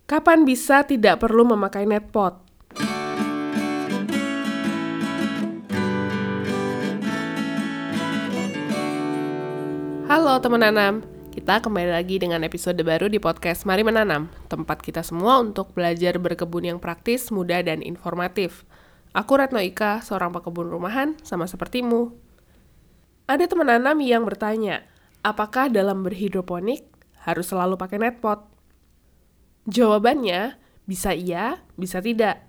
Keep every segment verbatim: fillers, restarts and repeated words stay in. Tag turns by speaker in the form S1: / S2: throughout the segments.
S1: Kapan bisa tidak perlu memakai netpot? Halo teman nanam, kita kembali lagi dengan episode baru di podcast Mari Menanam, tempat kita semua untuk belajar berkebun yang praktis, mudah, dan informatif. Aku Retno Ika, seorang pekebun rumahan, sama sepertimu. Ada teman nanam yang bertanya, apakah dalam berhidroponik harus selalu pakai netpot? Jawabannya, bisa iya, bisa tidak.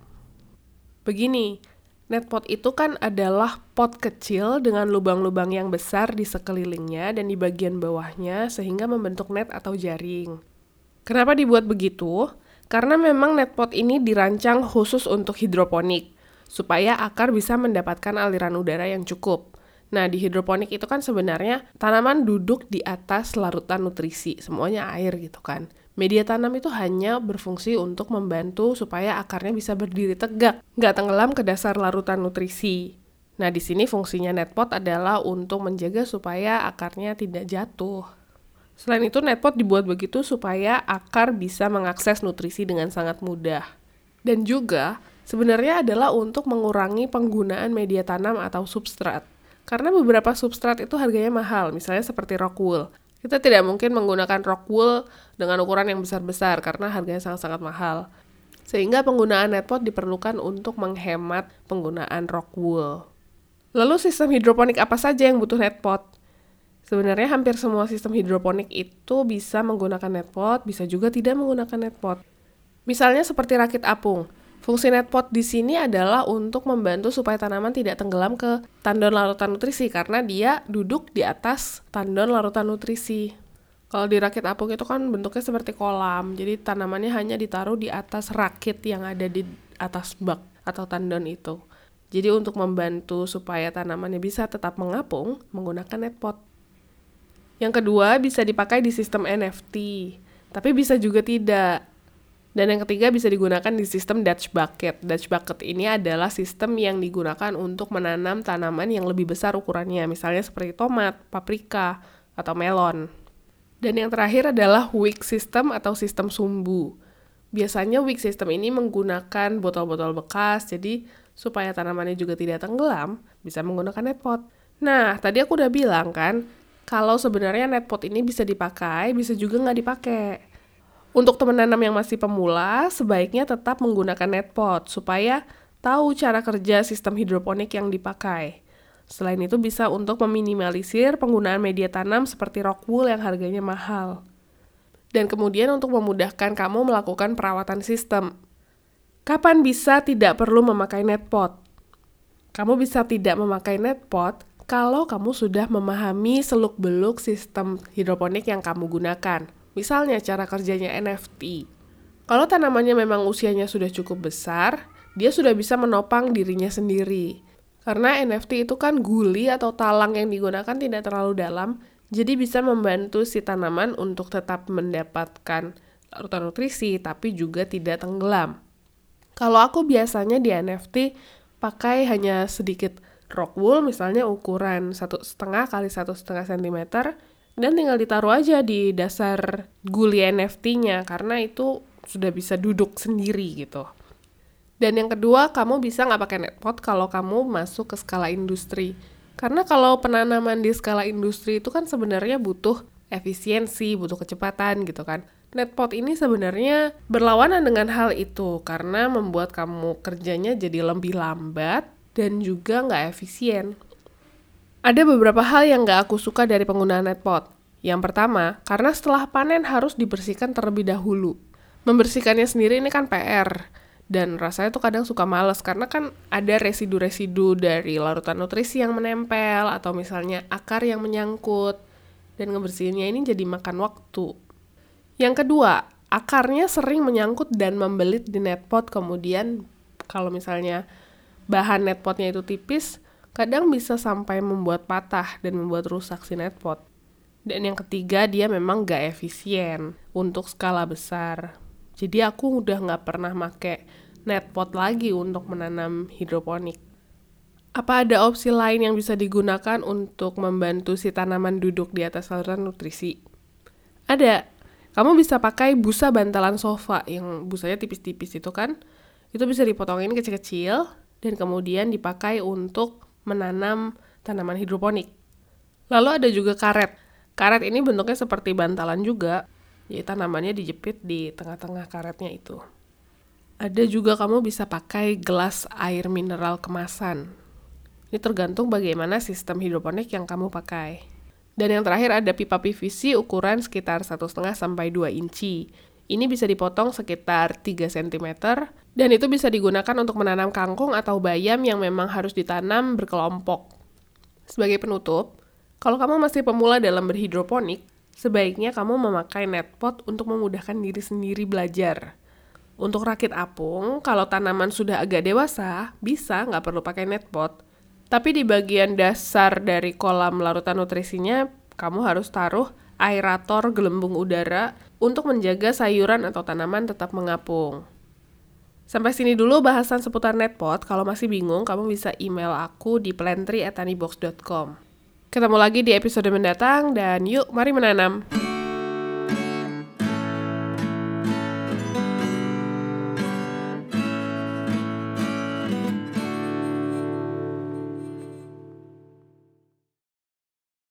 S1: Begini, netpot itu kan adalah pot kecil dengan lubang-lubang yang besar di sekelilingnya dan di bagian bawahnya sehingga membentuk net atau jaring. Kenapa dibuat begitu? Karena memang netpot ini dirancang khusus untuk hidroponik, supaya akar bisa mendapatkan aliran udara yang cukup. Nah, di hidroponik itu kan sebenarnya tanaman duduk di atas larutan nutrisi, semuanya air gitu kan. Media tanam itu hanya berfungsi untuk membantu supaya akarnya bisa berdiri tegak, nggak tenggelam ke dasar larutan nutrisi. Nah, di sini fungsinya netpot adalah untuk menjaga supaya akarnya tidak jatuh. Selain itu, netpot dibuat begitu supaya akar bisa mengakses nutrisi dengan sangat mudah. Dan juga, sebenarnya adalah untuk mengurangi penggunaan media tanam atau substrat. Karena beberapa substrat itu harganya mahal, misalnya seperti rock wool. Kita tidak mungkin menggunakan rock wool dengan ukuran yang besar-besar karena harganya sangat-sangat mahal. Sehingga penggunaan netpot diperlukan untuk menghemat penggunaan rock wool. Lalu sistem hidroponik apa saja yang butuh netpot? Sebenarnya hampir semua sistem hidroponik itu bisa menggunakan netpot, bisa juga tidak menggunakan netpot. Misalnya seperti rakit apung. Fungsi netpot di sini adalah untuk membantu supaya tanaman tidak tenggelam ke tandon larutan nutrisi karena dia duduk di atas tandon larutan nutrisi. Kalau di rakit apung itu kan bentuknya seperti kolam, jadi tanamannya hanya ditaruh di atas rakit yang ada di atas bak atau tandon itu. Jadi untuk membantu supaya tanamannya bisa tetap mengapung, menggunakan netpot. Yang kedua bisa dipakai di sistem N F T, tapi bisa juga tidak. Dan yang ketiga bisa digunakan di sistem Dutch Bucket. Dutch Bucket ini adalah sistem yang digunakan untuk menanam tanaman yang lebih besar ukurannya, misalnya seperti tomat, paprika, atau melon. Dan yang terakhir adalah wick system atau sistem sumbu. Biasanya wick system ini menggunakan botol-botol bekas, jadi supaya tanamannya juga tidak tenggelam, bisa menggunakan netpot. Nah, tadi aku udah bilang kan, kalau sebenarnya netpot ini bisa dipakai, bisa juga nggak dipakai. Untuk teman nanam yang masih pemula, sebaiknya tetap menggunakan netpot supaya tahu cara kerja sistem hidroponik yang dipakai. Selain itu bisa untuk meminimalisir penggunaan media tanam seperti rock wool yang harganya mahal. Dan kemudian untuk memudahkan kamu melakukan perawatan sistem. Kapan bisa tidak perlu memakai netpot? Kamu bisa tidak memakai netpot kalau kamu sudah memahami seluk-beluk sistem hidroponik yang kamu gunakan. Misalnya cara kerjanya N F T. Kalau tanamannya memang usianya sudah cukup besar, dia sudah bisa menopang dirinya sendiri. Karena N F T itu kan guli atau talang yang digunakan tidak terlalu dalam, jadi bisa membantu si tanaman untuk tetap mendapatkan larutan nutrisi, tapi juga tidak tenggelam. Kalau aku biasanya di N F T pakai hanya sedikit rock wool, misalnya ukuran satu setengah kali satu setengah sentimeter, dan tinggal ditaruh aja di dasar guli N F T-nya karena itu sudah bisa duduk sendiri gitu. Dan yang kedua, kamu bisa nggak pakai netpot kalau kamu masuk ke skala industri. Karena kalau penanaman di skala industri itu kan sebenarnya butuh efisiensi, butuh kecepatan gitu kan. Netpot ini sebenarnya berlawanan dengan hal itu karena membuat kamu kerjanya jadi lebih lambat dan juga nggak efisien. Ada beberapa hal yang gak aku suka dari penggunaan netpot. Yang pertama, karena setelah panen harus dibersihkan terlebih dahulu. Membersihkannya sendiri ini kan P R. Dan rasanya tuh kadang suka males karena kan ada residu-residu dari larutan nutrisi yang menempel atau misalnya akar yang menyangkut. Dan ngebersihinnya ini jadi makan waktu. Yang kedua, akarnya sering menyangkut dan membelit di netpot. Kemudian kalau misalnya bahan netpotnya itu tipis, kadang bisa sampai membuat patah dan membuat rusak si netpot. Dan yang ketiga, dia memang gak efisien untuk skala besar. Jadi aku udah gak pernah make netpot lagi untuk menanam hidroponik. Apa ada opsi lain yang bisa digunakan untuk membantu si tanaman duduk di atas saluran nutrisi? Ada. Kamu bisa pakai busa bantalan sofa yang busanya tipis-tipis itu kan. Itu bisa dipotongin kecil-kecil dan kemudian dipakai untuk menanam tanaman hidroponik. Lalu ada juga karet. Karet ini bentuknya seperti bantalan juga. Jadi tanamannya dijepit di tengah-tengah karetnya itu. Ada juga kamu bisa pakai gelas air mineral kemasan. Ini tergantung bagaimana sistem hidroponik yang kamu pakai. Dan yang terakhir ada pipa P V C ukuran sekitar satu koma lima sampai dua inci. Ini bisa dipotong sekitar tiga sentimeter dan itu bisa digunakan untuk menanam kangkung atau bayam yang memang harus ditanam berkelompok. Sebagai penutup, kalau kamu masih pemula dalam berhidroponik, sebaiknya kamu memakai netpot untuk memudahkan diri sendiri belajar. Untuk rakit apung, kalau tanaman sudah agak dewasa, bisa nggak perlu pakai netpot. Tapi di bagian dasar dari kolam larutan nutrisinya, kamu harus taruh aerator gelembung udara untuk menjaga sayuran atau tanaman tetap mengapung. Sampai sini dulu bahasan seputar netpot. Kalau masih bingung, kamu bisa email aku di plantry at tanibox dot com. Ketemu lagi di episode mendatang dan yuk mari menanam.